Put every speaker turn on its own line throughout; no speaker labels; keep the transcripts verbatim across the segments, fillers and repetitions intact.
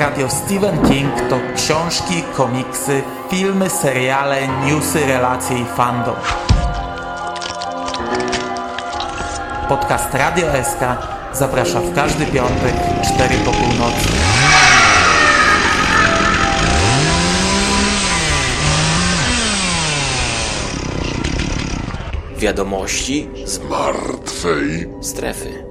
Radio Stephen King to książki, komiksy, filmy, seriale, newsy, relacje i fandom. Podcast Radio S K zaprasza w każdy piątek, cztery po północy.
Wiadomości
z martwej
strefy.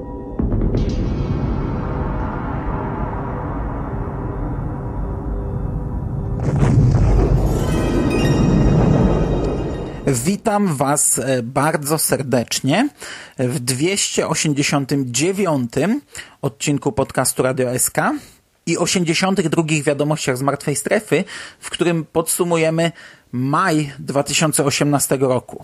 Witam Was bardzo serdecznie w dwieście osiemdziesiątym dziewiątym odcinku podcastu Radio S K i osiemdziesiątych drugich wiadomościach z martwej strefy, w którym podsumujemy maj dwa tysiące osiemnastego roku.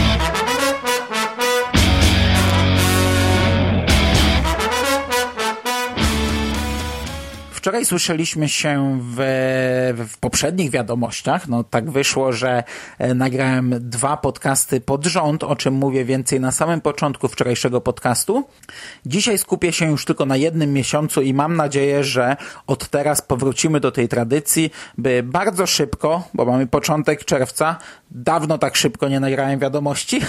Wczoraj słyszeliśmy się w, w poprzednich wiadomościach. No tak wyszło, że nagrałem dwa podcasty pod rząd, o czym mówię więcej na samym początku wczorajszego podcastu. Dzisiaj skupię się już tylko na jednym miesiącu i mam nadzieję, że od teraz powrócimy do tej tradycji, by bardzo szybko, bo mamy początek czerwca, dawno tak szybko nie nagrałem wiadomości.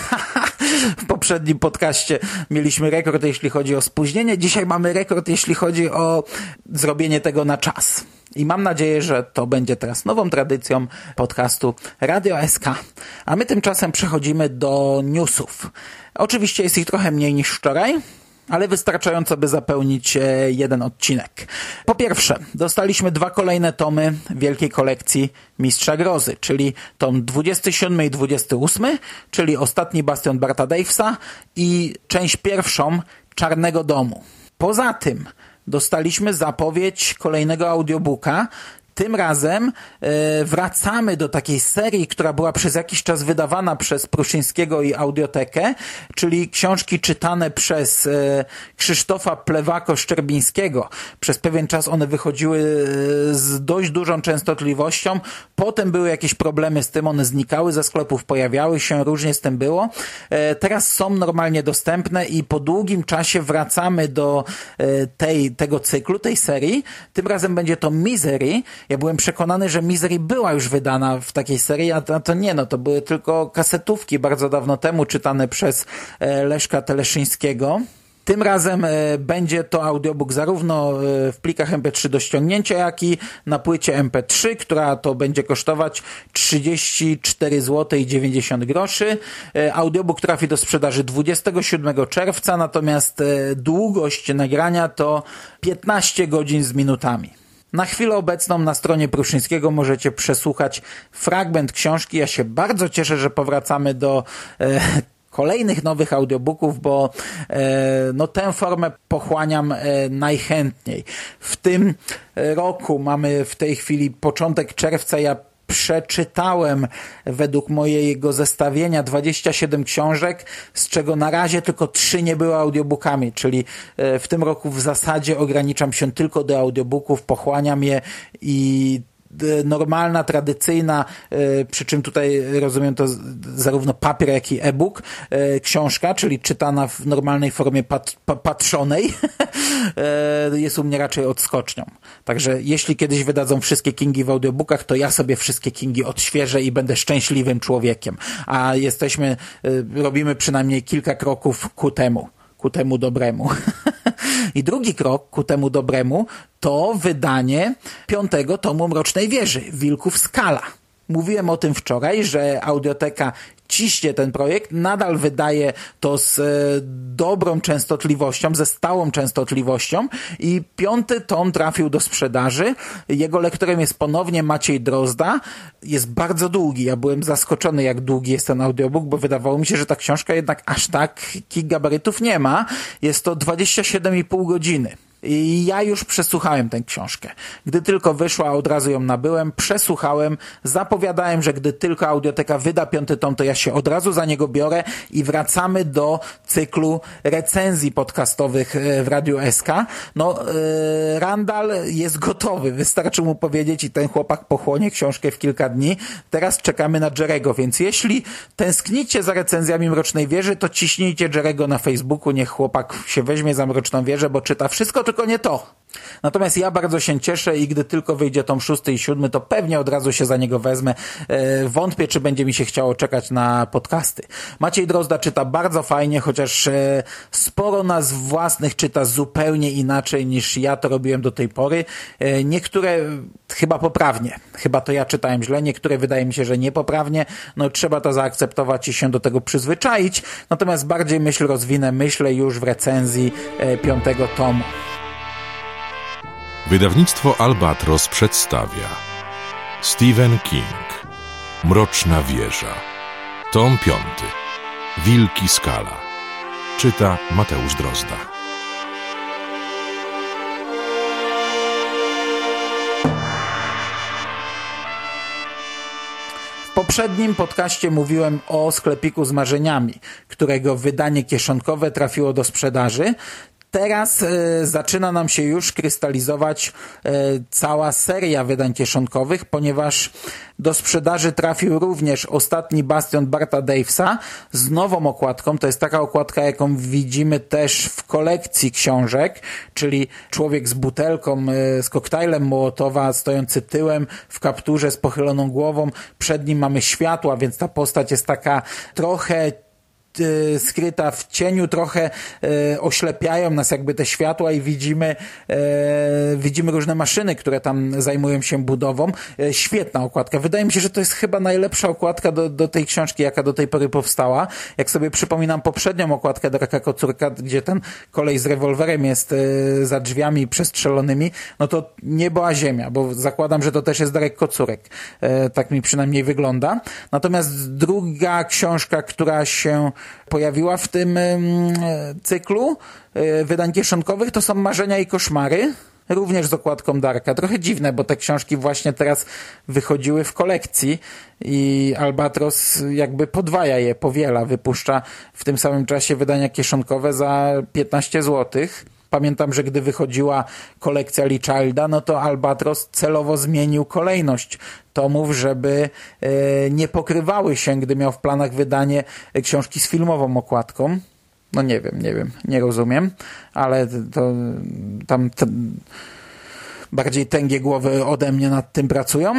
W poprzednim podcaście mieliśmy rekord, jeśli chodzi o spóźnienie. Dzisiaj mamy rekord, jeśli chodzi o zrobienie tego na czas. I mam nadzieję, że to będzie teraz nową tradycją podcastu Radio S K. A my tymczasem przechodzimy do newsów. Oczywiście jest ich trochę mniej niż wczoraj, ale wystarczająco, by zapełnić jeden odcinek. Po pierwsze, dostaliśmy dwa kolejne tomy wielkiej kolekcji Mistrza Grozy, czyli tom dwudziesty siódmy i dwudziesty ósmy, czyli Ostatni Bastion Barta Davesa i część pierwszą Czarnego Domu. Poza tym dostaliśmy zapowiedź kolejnego audiobooka. Tym razem e, wracamy do takiej serii, która była przez jakiś czas wydawana przez Pruszyńskiego i Audiotekę, czyli książki czytane przez e, Krzysztofa Plewako-Szczerbińskiego. Przez pewien czas one wychodziły e, z dość dużą częstotliwością. Potem były jakieś problemy z tym, one znikały ze sklepów, pojawiały się, różnie z tym było. E, teraz są normalnie dostępne i po długim czasie wracamy do e, tej, tego cyklu, tej serii. Tym razem będzie to Misery. Ja byłem przekonany, że Misery była już wydana w takiej serii, a to, a to nie, no to były tylko kasetówki bardzo dawno temu czytane przez e, Leszka Teleszyńskiego. Tym razem e, będzie to audiobook zarówno e, w plikach em pe trzy do ściągnięcia, jak i na płycie em pe trzy, która to będzie kosztować trzydzieści cztery złote i dziewięćdziesiąt groszy. E, audiobook trafi do sprzedaży dwudziestego siódmego czerwca, natomiast e, długość nagrania to piętnaście godzin z minutami. Na chwilę obecną na stronie Pruszyńskiego możecie przesłuchać fragment książki. Ja się bardzo cieszę, że powracamy do e, kolejnych nowych audiobooków, bo e, no tę formę pochłaniam e, najchętniej. W tym roku mamy w tej chwili początek czerwca. Ja przeczytałem według mojego zestawienia dwadzieścia siedem książek, z czego na razie tylko trzy nie były audiobookami, czyli w tym roku w zasadzie ograniczam się tylko do audiobooków, pochłaniam je i normalna, tradycyjna, przy czym tutaj rozumiem to zarówno papier, jak i e-book, książka, czyli czytana w normalnej formie pat, patrzonej, jest u mnie raczej odskocznią. Także jeśli kiedyś wydadzą wszystkie Kingi w audiobookach, to ja sobie wszystkie Kingi odświeżę i będę szczęśliwym człowiekiem. A jesteśmy, robimy przynajmniej kilka kroków ku temu, ku temu dobremu. I drugi krok ku temu dobremu to wydanie piątego tomu Mrocznej Wieży, Wilków Skala. Mówiłem o tym wczoraj, że Audioteka ciśnie ten projekt, nadal wydaje to z e, dobrą częstotliwością, ze stałą częstotliwością i piąty tom trafił do sprzedaży. Jego lektorem jest ponownie Maciej Drozda. Jest bardzo długi. Ja byłem zaskoczony, jak długi jest ten audiobook, bo wydawało mi się, że ta książka jednak aż takich gabarytów nie ma. Jest to dwadzieścia siedem i pół godziny. I ja już przesłuchałem tę książkę. Gdy tylko wyszła, od razu ją nabyłem, przesłuchałem, zapowiadałem, że gdy tylko Audioteka wyda piąty tom, to ja się od razu za niego biorę i wracamy do cyklu recenzji podcastowych w Radiu S K. No, yy, Randall jest gotowy, wystarczy mu powiedzieć i ten chłopak pochłonie książkę w kilka dni. Teraz czekamy na Jerego, więc jeśli tęsknicie za recenzjami Mrocznej Wieży, to ciśnijcie Jerego na Facebooku, niech chłopak się weźmie za Mroczną Wieżę, bo czyta wszystko tylko nie to. Natomiast ja bardzo się cieszę i gdy tylko wyjdzie tom szósty i siódmy, to pewnie od razu się za niego wezmę. E, wątpię, czy będzie mi się chciało czekać na podcasty. Maciej Drozda czyta bardzo fajnie, chociaż e, sporo nazw własnych czyta zupełnie inaczej niż ja to robiłem do tej pory. E, niektóre chyba poprawnie. Chyba to ja czytałem źle. Niektóre wydaje mi się, że niepoprawnie. No trzeba to zaakceptować i się do tego przyzwyczaić. Natomiast bardziej myśl rozwinę, myślę już w recenzji e, piątego tomu.
Wydawnictwo Albatros przedstawia Stephen King, Mroczna wieża, tom piąty, Wilki skala. Czyta Mateusz Drozda.
W poprzednim podcaście mówiłem o sklepiku z marzeniami, którego wydanie kieszonkowe trafiło do sprzedaży. Teraz e, zaczyna nam się już krystalizować e, cała seria wydań kieszonkowych, ponieważ do sprzedaży trafił również Ostatni bastion Barta Davesa z nową okładką. To jest taka okładka, jaką widzimy też w kolekcji książek, czyli człowiek z butelką, e, z koktajlem Mołotowa, stojący tyłem w kapturze z pochyloną głową. Przed nim mamy światła, więc ta postać jest taka trochę skryta w cieniu, trochę e, oślepiają nas jakby te światła i widzimy e, widzimy różne maszyny, które tam zajmują się budową. E, świetna okładka. Wydaje mi się, że to jest chyba najlepsza okładka do, do tej książki, jaka do tej pory powstała. Jak sobie przypominam poprzednią okładkę Darka Kocurka, gdzie ten kolej z rewolwerem jest e, za drzwiami przestrzelonymi, no to niebo a ziemia, bo zakładam, że to też jest Darek Kocurek. E, tak mi przynajmniej wygląda. Natomiast druga książka, która się pojawiła w tym cyklu wydań kieszonkowych, to są Marzenia i koszmary, również z okładką Darka. Trochę dziwne, bo te książki właśnie teraz wychodziły w kolekcji i Albatros jakby podwaja je, powiela, wypuszcza w tym samym czasie wydania kieszonkowe za piętnaście złotych. Pamiętam, że gdy wychodziła kolekcja Lee Childa, no to Albatros celowo zmienił kolejność tomów, żeby e, nie pokrywały się, gdy miał w planach wydanie książki z filmową okładką. No nie wiem, nie wiem, nie rozumiem, ale to tam te, bardziej tęgie głowy ode mnie nad tym pracują.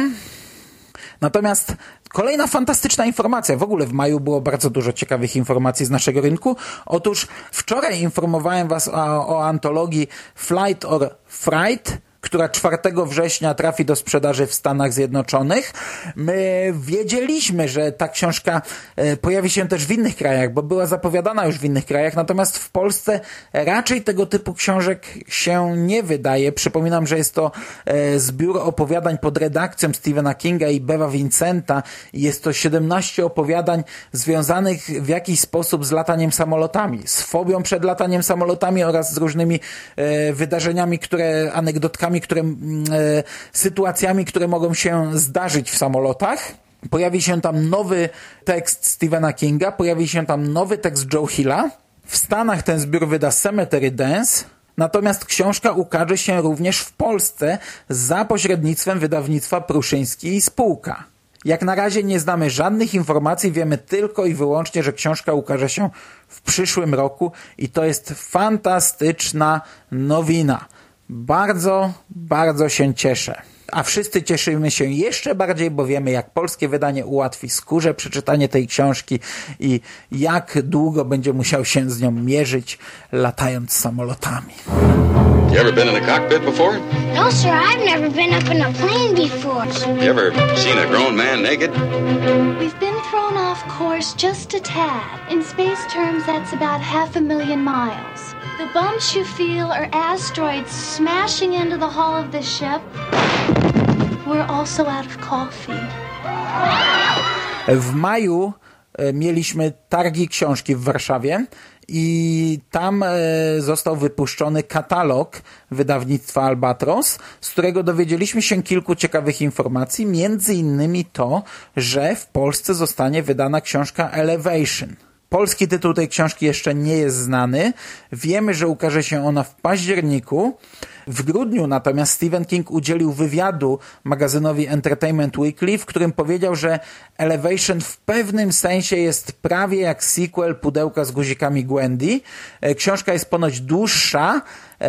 Natomiast kolejna fantastyczna informacja. W ogóle w maju było bardzo dużo ciekawych informacji z naszego rynku. Otóż wczoraj informowałem Was o, o antologii Flight or Fright, która czwartego września trafi do sprzedaży w Stanach Zjednoczonych. My wiedzieliśmy, że ta książka pojawi się też w innych krajach, bo była zapowiadana już w innych krajach, natomiast w Polsce raczej tego typu książek się nie wydaje. Przypominam, że jest to zbiór opowiadań pod redakcją Stephena Kinga i Beva Vincenta. Jest to siedemnaście opowiadań związanych w jakiś sposób z lataniem samolotami, z fobią przed lataniem samolotami oraz z różnymi wydarzeniami, które, anegdotkami, które, e, sytuacjami, które mogą się zdarzyć w samolotach. Pojawi się tam nowy tekst Stephena Kinga, pojawi się tam nowy tekst Joe Hilla. W Stanach ten zbiór wyda Cemetery Dance, natomiast książka ukaże się również w Polsce za pośrednictwem wydawnictwa Pruszyński i Spółka. Jak na razie nie znamy żadnych informacji, wiemy tylko i wyłącznie, że książka ukaże się w przyszłym roku i to jest fantastyczna nowina. Bardzo, bardzo się cieszę. A wszyscy cieszymy się jeszcze bardziej, bo wiemy, jak polskie wydanie ułatwi skórze przeczytanie tej książki i jak długo będzie musiał się z nią mierzyć, latając samolotami.
You ever been in a cockpit before?
No, sir, I've never been up in a plane before.
You ever seen a grown man naked?
We've been thrown off course just a tad. In space terms, that's about half a million miles. The bumps you feel are asteroids smashing into the hull of the ship. We're also out of coffee.
W maju e, mieliśmy targi książki w Warszawie i tam e, został wypuszczony katalog wydawnictwa Albatros, z którego dowiedzieliśmy się kilku ciekawych informacji, między innymi to, że w Polsce zostanie wydana książka Elevation. Polski tytuł tej książki jeszcze nie jest znany. Wiemy, że ukaże się ona w październiku. W grudniu natomiast Stephen King udzielił wywiadu magazynowi Entertainment Weekly, w którym powiedział, że Elevation w pewnym sensie jest prawie jak sequel Pudełka z guzikami Gwendy. Książka jest ponoć dłuższa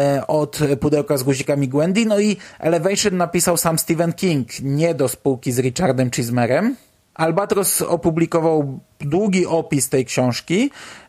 od Pudełka z guzikami Gwendy, no i Elevation napisał sam Stephen King, nie do spółki z Richardem Chizmerem. Albatros opublikował długi opis tej książki,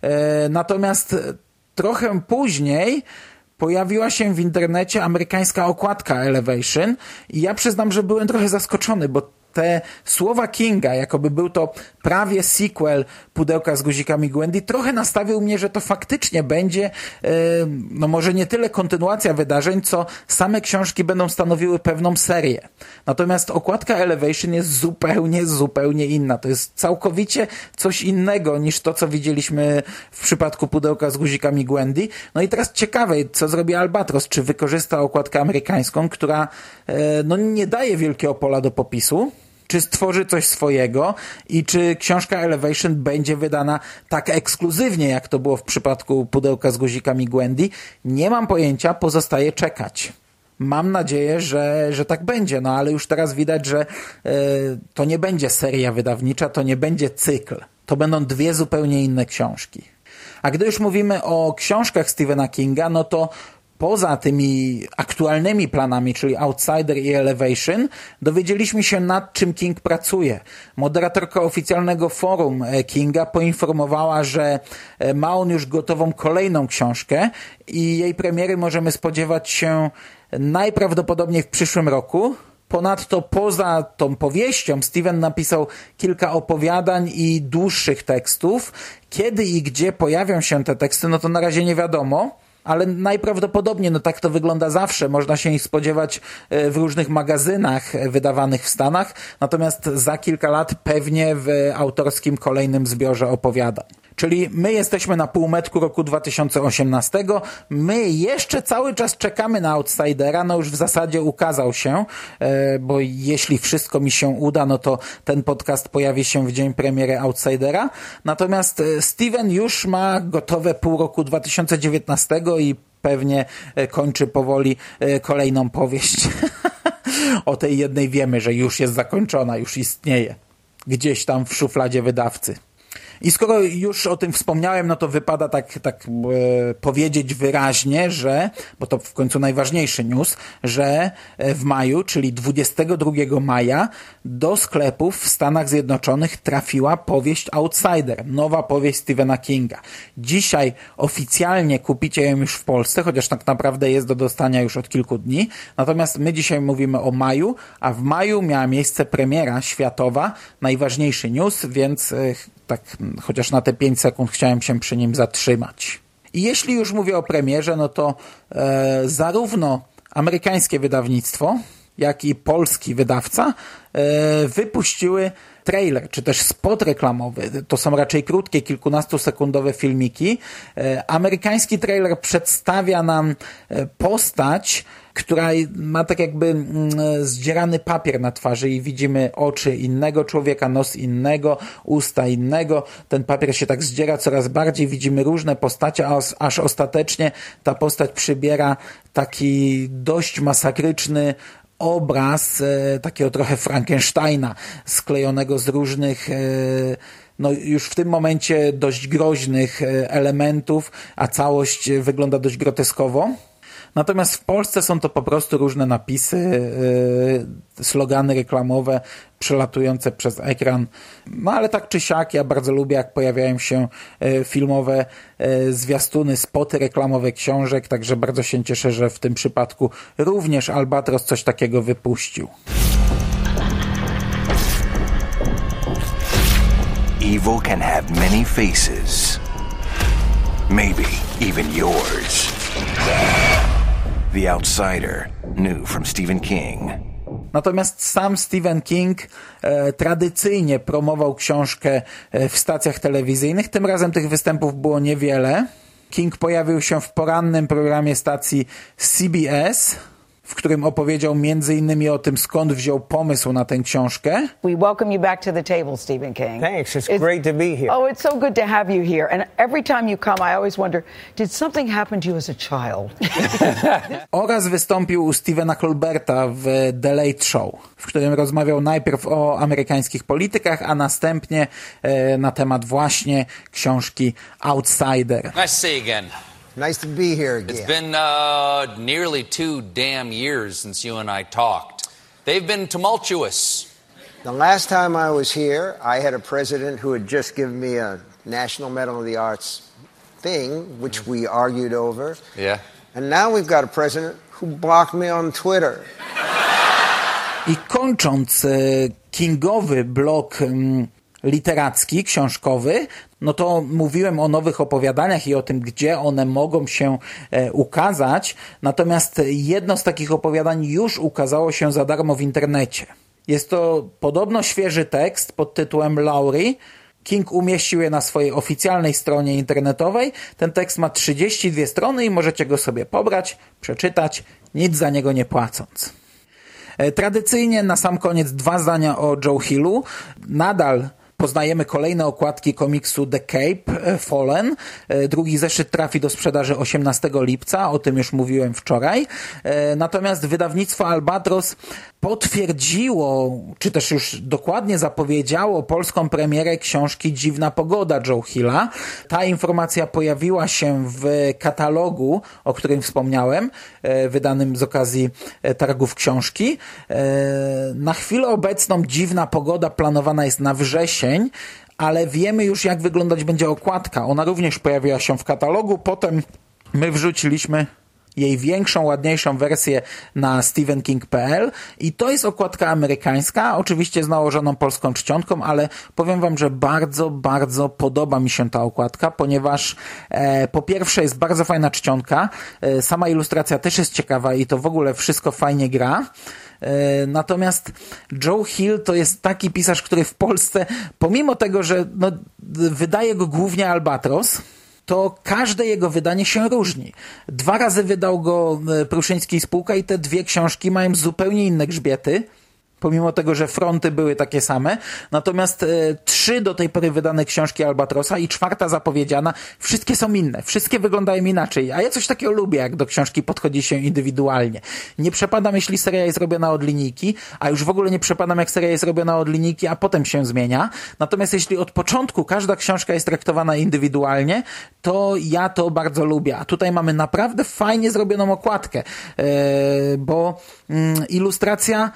natomiast trochę później pojawiła się w internecie amerykańska okładka Elevation i ja przyznam, że byłem trochę zaskoczony, bo te słowa Kinga, jakoby był to prawie sequel Pudełka z guzikami Gwendy, trochę nastawił mnie, że to faktycznie będzie, yy, no może nie tyle kontynuacja wydarzeń, co same książki będą stanowiły pewną serię. Natomiast okładka Elevation jest zupełnie, zupełnie inna. To jest całkowicie coś innego niż to, co widzieliśmy w przypadku Pudełka z guzikami Gwendy. No i teraz ciekawe, co zrobi Albatros. Czy wykorzysta okładkę amerykańską, która yy, no nie daje wielkiego pola do popisu, czy stworzy coś swojego i czy książka Elevation będzie wydana tak ekskluzywnie, jak to było w przypadku Pudełka z guzikami Gwendy. Nie mam pojęcia, pozostaje czekać. Mam nadzieję, że, że tak będzie, no ale już teraz widać, że yy, to nie będzie seria wydawnicza, to nie będzie cykl. To będą dwie zupełnie inne książki. A gdy już mówimy o książkach Stephena Kinga, no to poza tymi aktualnymi planami, czyli Outsider i Elevation, dowiedzieliśmy się, nad czym King pracuje. Moderatorka oficjalnego forum Kinga poinformowała, że ma on już gotową kolejną książkę i jej premiery możemy spodziewać się najprawdopodobniej w przyszłym roku. Ponadto poza tą powieścią Steven napisał kilka opowiadań i dłuższych tekstów. Kiedy i gdzie pojawią się te teksty, no to na razie nie wiadomo. Ale najprawdopodobniej, no tak to wygląda zawsze, można się ich spodziewać w różnych magazynach wydawanych w Stanach, natomiast za kilka lat pewnie w autorskim kolejnym zbiorze opowiadań. Czyli my jesteśmy na półmetku roku dwa tysiące osiemnastego, my jeszcze cały czas czekamy na Outsidera, no już w zasadzie ukazał się, bo jeśli wszystko mi się uda, no to ten podcast pojawi się w dzień premiery Outsidera, natomiast Steven już ma gotowe pół roku dwa tysiące dziewiętnastego i pewnie kończy powoli kolejną powieść. O tej jednej wiemy, że już jest zakończona, już istnieje. Gdzieś tam w szufladzie wydawcy. I skoro już o tym wspomniałem, no to wypada tak, tak e, powiedzieć wyraźnie, że, bo to w końcu najważniejszy news, że w maju, czyli dwudziestego drugiego maja, do sklepów w Stanach Zjednoczonych trafiła powieść Outsider, nowa powieść Stephena Kinga. Dzisiaj oficjalnie kupicie ją już w Polsce, chociaż tak naprawdę jest do dostania już od kilku dni. Natomiast my dzisiaj mówimy o maju, a w maju miała miejsce premiera światowa, najważniejszy news, więc e, tak chociaż na te pięć sekund chciałem się przy nim zatrzymać. I jeśli już mówię o premierze, no to e, zarówno amerykańskie wydawnictwo, jak i polski wydawca e, wypuściły trailer, czy też spot reklamowy. To są raczej krótkie, kilkunastosekundowe filmiki. E, amerykański trailer przedstawia nam e, postać, która ma tak jakby mm, zdzierany papier na twarzy i widzimy oczy innego człowieka, nos innego, usta innego. Ten papier się tak zdziera coraz bardziej, widzimy różne postacie, aż, aż ostatecznie ta postać przybiera taki dość masakryczny obraz e, takiego trochę Frankensteina, sklejonego z różnych e, no już w tym momencie dość groźnych e, elementów, a całość wygląda dość groteskowo. Natomiast w Polsce są to po prostu różne napisy, yy, slogany reklamowe przelatujące przez ekran. No ale tak czy siak, ja bardzo lubię, jak pojawiają się yy, filmowe yy, zwiastuny, spoty reklamowe książek, także bardzo się cieszę, że w tym przypadku również Albatros coś takiego wypuścił.
Evil can have many faces. Maybe even yours. The Outsider, new from Stephen King.
Natomiast sam Stephen King e, tradycyjnie promował książkę e, w stacjach telewizyjnych. Tym razem tych występów było niewiele. King pojawił się w porannym programie stacji C B S. w którym opowiedział między innymi o tym, skąd wziął pomysł na tę książkę.
We welcome you back to the table, Stephen King.
Thanks, it's, it's great to be here.
Oh, it's so good to have you here. And every time you come, I always wonder, did something happen to you as a child?
Oraz wystąpił u Stephena Colberta w The Late Show, w którym rozmawiał najpierw o amerykańskich politykach, a następnie e, na temat właśnie książki Outsider.
Nice to see you again.
Nice to be here again.
It's been uh, nearly two damn years since you and I talked. They've been tumultuous.
The last time I was here, I had a president who had just given me a National Medal of the Arts thing, which we argued over.
Yeah.
And now we've got a president who blocked me on Twitter.
I kończąc e, Kingowy blok m, literacki, książkowy, no to mówiłem o nowych opowiadaniach i o tym, gdzie one mogą się e, ukazać. Natomiast jedno z takich opowiadań już ukazało się za darmo w internecie. Jest to podobno świeży tekst pod tytułem Laurie. King umieścił je na swojej oficjalnej stronie internetowej. Ten tekst ma trzydzieści dwie strony i możecie go sobie pobrać, przeczytać, nic za niego nie płacąc. E, tradycyjnie na sam koniec dwa zdania o Joe Hillu. Nadal poznajemy kolejne okładki komiksu The Cape Fallen. Drugi zeszyt trafi do sprzedaży osiemnastego lipca, o tym już mówiłem wczoraj. Natomiast wydawnictwo Albatros potwierdziło, czy też już dokładnie zapowiedziało polską premierę książki Dziwna pogoda Joe Hilla. Ta informacja pojawiła się w katalogu, o którym wspomniałem, wydanym z okazji targów książki. Na chwilę obecną Dziwna pogoda planowana jest na wrzesień, ale wiemy już, jak wyglądać będzie okładka. Ona również pojawiła się w katalogu, potem my wrzuciliśmy jej większą, ładniejszą wersję na stephen king kropka p l i to jest okładka amerykańska, oczywiście z nałożoną polską czcionką, ale powiem wam, że bardzo, bardzo podoba mi się ta okładka, ponieważ e, po pierwsze jest bardzo fajna czcionka, e, sama ilustracja też jest ciekawa i to w ogóle wszystko fajnie gra. Natomiast Joe Hill to jest taki pisarz, który w Polsce, pomimo tego, że no, wydaje go głównie Albatros, to każde jego wydanie się różni. Dwa razy wydał go Pruszyński i spółka i te dwie książki mają zupełnie inne grzbiety, pomimo tego, że fronty były takie same. Natomiast e, trzy do tej pory wydane książki Albatrosa i czwarta zapowiedziana, wszystkie są inne. Wszystkie wyglądają inaczej. A ja coś takiego lubię, jak do książki podchodzi się indywidualnie. Nie przepadam, jeśli seria jest robiona od linijki, a już w ogóle nie przepadam, jak seria jest robiona od linijki, a potem się zmienia. Natomiast jeśli od początku każda książka jest traktowana indywidualnie, to ja to bardzo lubię. A tutaj mamy naprawdę fajnie zrobioną okładkę, e, bo mm, ilustracja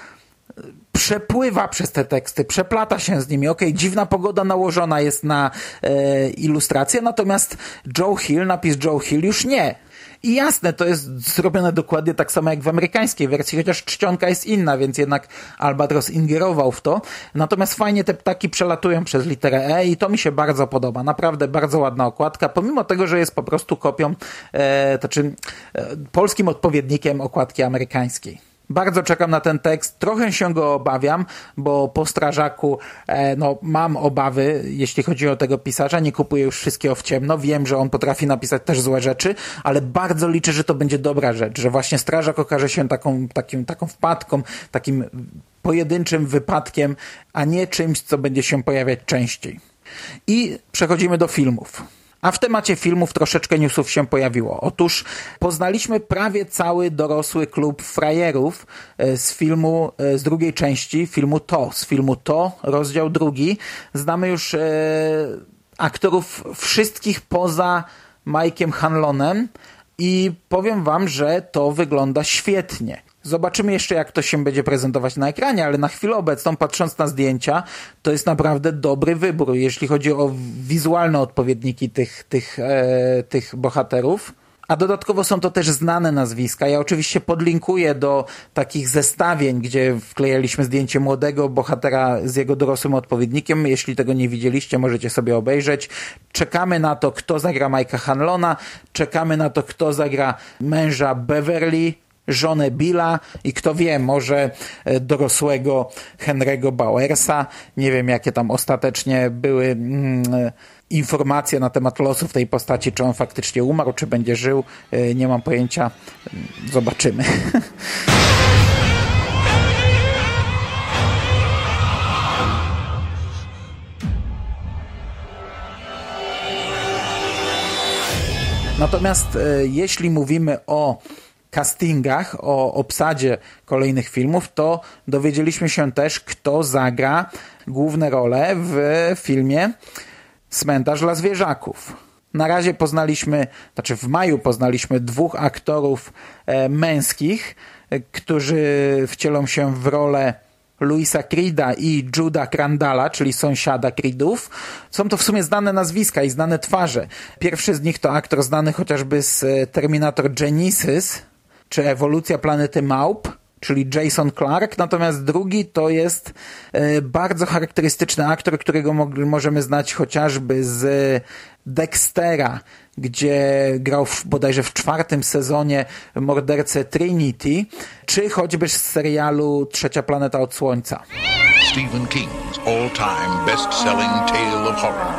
przepływa przez te teksty, przeplata się z nimi. Okej, okay, dziwna pogoda nałożona jest na e, ilustrację, natomiast Joe Hill, napis Joe Hill już nie. I jasne, to jest zrobione dokładnie tak samo jak w amerykańskiej wersji, chociaż czcionka jest inna, więc jednak Albatros ingerował w to. Natomiast fajnie te ptaki przelatują przez literę E i to mi się bardzo podoba. Naprawdę bardzo ładna okładka, pomimo tego, że jest po prostu kopią, e, to czy e, polskim odpowiednikiem okładki amerykańskiej. Bardzo czekam na ten tekst, trochę się go obawiam, bo po Strażaku e, no, mam obawy, jeśli chodzi o tego pisarza, nie kupuję już wszystkiego w ciemno, wiem, że on potrafi napisać też złe rzeczy, ale bardzo liczę, że to będzie dobra rzecz, że właśnie Strażak okaże się taką, takim, taką wpadką, takim pojedynczym wypadkiem, a nie czymś, co będzie się pojawiać częściej. I przechodzimy do filmów. A w temacie filmów troszeczkę newsów się pojawiło. Otóż poznaliśmy prawie cały dorosły klub frajerów z filmu, z drugiej części filmu To. Z filmu To, rozdział drugi. Znamy już e, aktorów wszystkich poza Mike'iem Hanlonem i powiem wam, że to wygląda świetnie. Zobaczymy jeszcze, jak to się będzie prezentować na ekranie, ale na chwilę obecną, patrząc na zdjęcia, to jest naprawdę dobry wybór, jeśli chodzi o wizualne odpowiedniki tych, tych, e, tych bohaterów. A dodatkowo są to też znane nazwiska. Ja oczywiście podlinkuję do takich zestawień, gdzie wklejaliśmy zdjęcie młodego bohatera z jego dorosłym odpowiednikiem. Jeśli tego nie widzieliście, możecie sobie obejrzeć. Czekamy na to, kto zagra Mike'a Hanlona. Czekamy na to, kto zagra męża Beverly żonę Billa i kto wie, może dorosłego Henry'ego Bowersa. Nie wiem, jakie tam ostatecznie były mm, informacje na temat losów tej postaci, czy on faktycznie umarł, czy będzie żył. Nie mam pojęcia. Zobaczymy. Natomiast e, jeśli mówimy o castingach, o obsadzie kolejnych filmów, to dowiedzieliśmy się też, kto zagra główne role w filmie Cmentarz dla zwierzaków. Na razie poznaliśmy, znaczy w maju poznaliśmy dwóch aktorów e, męskich, e, którzy wcielą się w rolę Louisa Creeda i Juda Crandalla, czyli sąsiada Creedów. Są to w sumie znane nazwiska i znane twarze. Pierwszy z nich to aktor znany chociażby z Terminator Genesis, czy Ewolucja planety Małp, czyli Jason Clarke, natomiast drugi to jest e, bardzo charakterystyczny aktor, którego mo- możemy znać chociażby z Dextera, gdzie grał w, bodajże w czwartym sezonie mordercę Trinity, czy choćby z serialu Trzecia planeta od Słońca.
Stephen King's all-time best-selling tale of horror.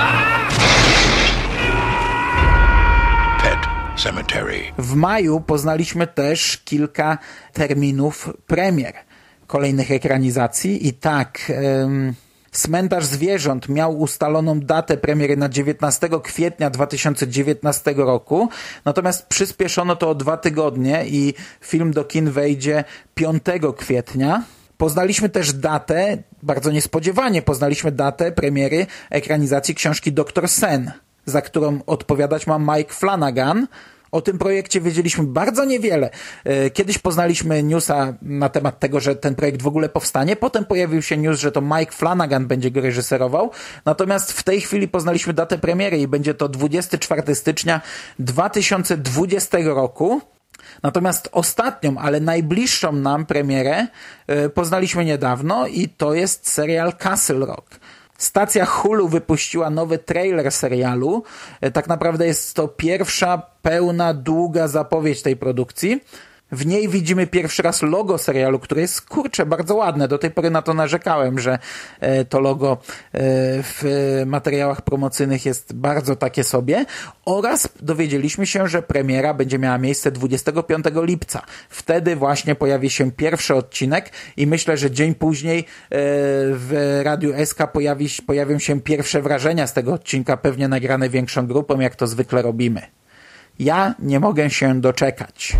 Pet Cemetery.
W maju poznaliśmy też kilka terminów premier kolejnych ekranizacji i tak ym, Cmentarz zwierząt miał ustaloną datę premiery na dziewiętnastego kwietnia dwa tysiące dziewiętnastego roku, natomiast przyspieszono to o dwa tygodnie i film do kin wejdzie piątego kwietnia. Poznaliśmy też datę, bardzo niespodziewanie poznaliśmy datę premiery ekranizacji książki doktor Sen, za którą odpowiadać ma Mike Flanagan. O tym projekcie wiedzieliśmy bardzo niewiele. Kiedyś poznaliśmy newsa na temat tego, że ten projekt w ogóle powstanie. Potem pojawił się news, że to Mike Flanagan będzie go reżyserował. Natomiast w tej chwili poznaliśmy datę premiery i będzie to dwudziestego czwartego stycznia dwa tysiące dwudziestego roku. Natomiast ostatnią, ale najbliższą nam premierę poznaliśmy niedawno i to jest serial Castle Rock. Stacja Hulu wypuściła nowy trailer serialu. Tak naprawdę jest to pierwsza pełna, długa zapowiedź tej produkcji. W niej widzimy pierwszy raz logo serialu, które jest, kurczę, bardzo ładne. Do tej pory na to narzekałem, że to logo w materiałach promocyjnych jest bardzo takie sobie. Oraz dowiedzieliśmy się, że premiera będzie miała miejsce dwudziestego piątego lipca. Wtedy właśnie pojawi się pierwszy odcinek i myślę, że dzień później w Radiu S K pojawi, pojawią się pierwsze wrażenia z tego odcinka, pewnie nagrane większą grupą, jak to zwykle robimy. Ja nie mogę się doczekać.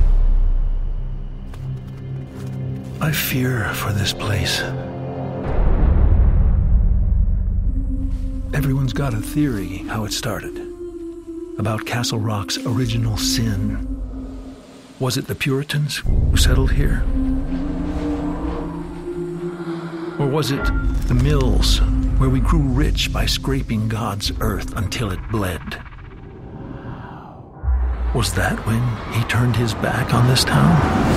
I fear for this place. Everyone's got a theory how it started. About Castle Rock's original sin. Was it the Puritans who settled here? Or was it the mills where we grew rich by scraping God's earth until it bled? Was that when he turned his back on this town?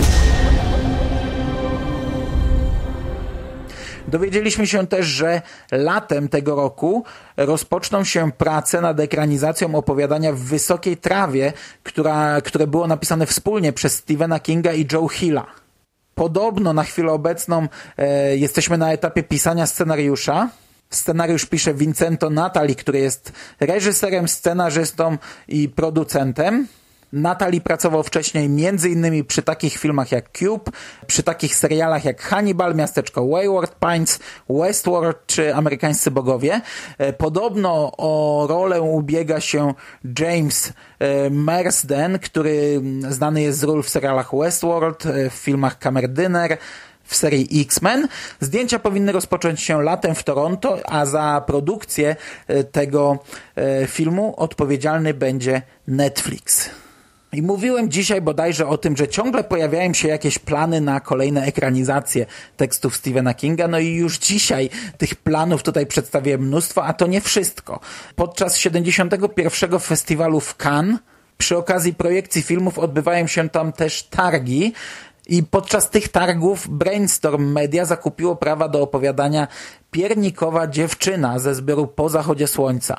Dowiedzieliśmy się też, że latem tego roku rozpoczną się prace nad ekranizacją opowiadania W wysokiej trawie, która, które było napisane wspólnie przez Stephena Kinga i Joe Hilla. Podobno na chwilę obecną e, jesteśmy na etapie pisania scenariusza. Scenariusz pisze Vincento Natali, który jest reżyserem, scenarzystą i producentem. Natali pracował wcześniej między innymi przy takich filmach jak Cube, przy takich serialach jak Hannibal, Miasteczko Wayward Pines, Westworld czy Amerykańscy Bogowie. Podobno o rolę ubiega się James Marsden, który znany jest z ról w serialach Westworld, w filmach Kamerdyner, w serii X-Men. Zdjęcia powinny rozpocząć się latem w Toronto, a za produkcję tego filmu odpowiedzialny będzie Netflix. I mówiłem dzisiaj bodajże o tym, że ciągle pojawiają się jakieś plany na kolejne ekranizacje tekstów Stephena Kinga, no i już dzisiaj tych planów tutaj przedstawię mnóstwo, a to nie wszystko. Podczas siedemdziesiątego pierwszego festiwalu w Cannes, przy okazji projekcji filmów odbywają się tam też targi, i podczas tych targów Brainstorm Media zakupiło prawa do opowiadania Piernikowa dziewczyna ze zbioru Po zachodzie słońca.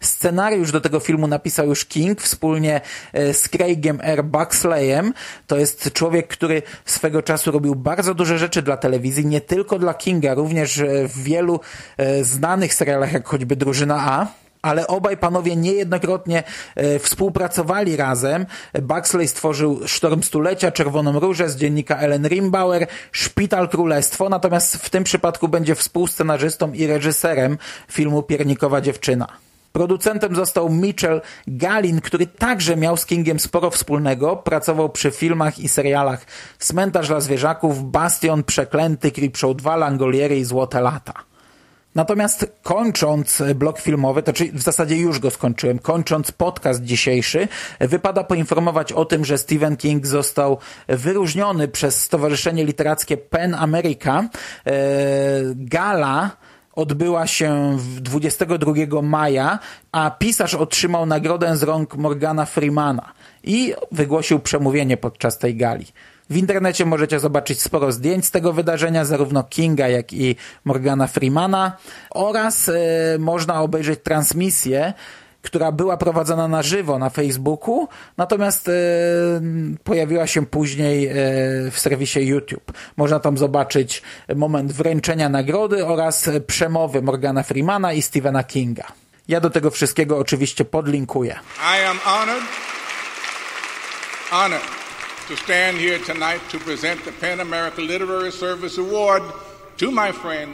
Scenariusz do tego filmu napisał już King wspólnie z Craigiem R. Buxleyem. To jest człowiek, który swego czasu robił bardzo duże rzeczy dla telewizji, nie tylko dla Kinga, również w wielu znanych serialach, jak choćby Drużyna A. Ale obaj panowie niejednokrotnie e, współpracowali razem. Buxley stworzył Sztorm Stulecia, Czerwoną Różę z dziennika Ellen Rimbauer, Szpital Królestwo, natomiast w tym przypadku będzie współscenarzystą i reżyserem filmu Piernikowa dziewczyna. Producentem został Mitchell Galin, który także miał z Kingiem sporo wspólnego. Pracował przy filmach i serialach Cmentarz dla zwierzaków, Bastion, Przeklęty, Creepshow dwa, Langolieri i Złote lata. Natomiast kończąc blok filmowy, to czyli w zasadzie już go skończyłem, kończąc podcast dzisiejszy, wypada poinformować o tym, że Stephen King został wyróżniony przez Stowarzyszenie Literackie PEN America. Gala odbyła się dwudziestego drugiego maja, a pisarz otrzymał nagrodę z rąk Morgana Freemana i wygłosił przemówienie podczas tej gali. W internecie możecie zobaczyć sporo zdjęć z tego wydarzenia, zarówno Kinga, jak i Morgana Freemana, oraz e, można obejrzeć transmisję, która była prowadzona na żywo na Facebooku, natomiast e, pojawiła się później e, w serwisie YouTube. Można tam zobaczyć moment wręczenia nagrody oraz przemowy Morgana Freemana i Stephena Kinga. Ja do tego wszystkiego oczywiście podlinkuję.
I am honored, honored. to stand here tonight to present the PEN America Literary Service Award to my friend,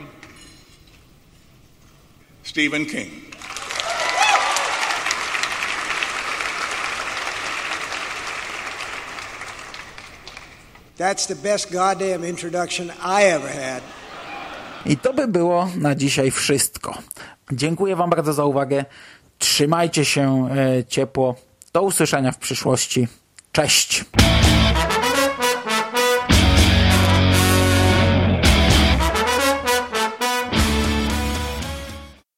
Stephen King.
That's the best goddamn introduction I ever had.
I to by było na dzisiaj wszystko. Dziękuję wam bardzo za uwagę. Trzymajcie się e, ciepło. Do usłyszenia w przyszłości. Cześć!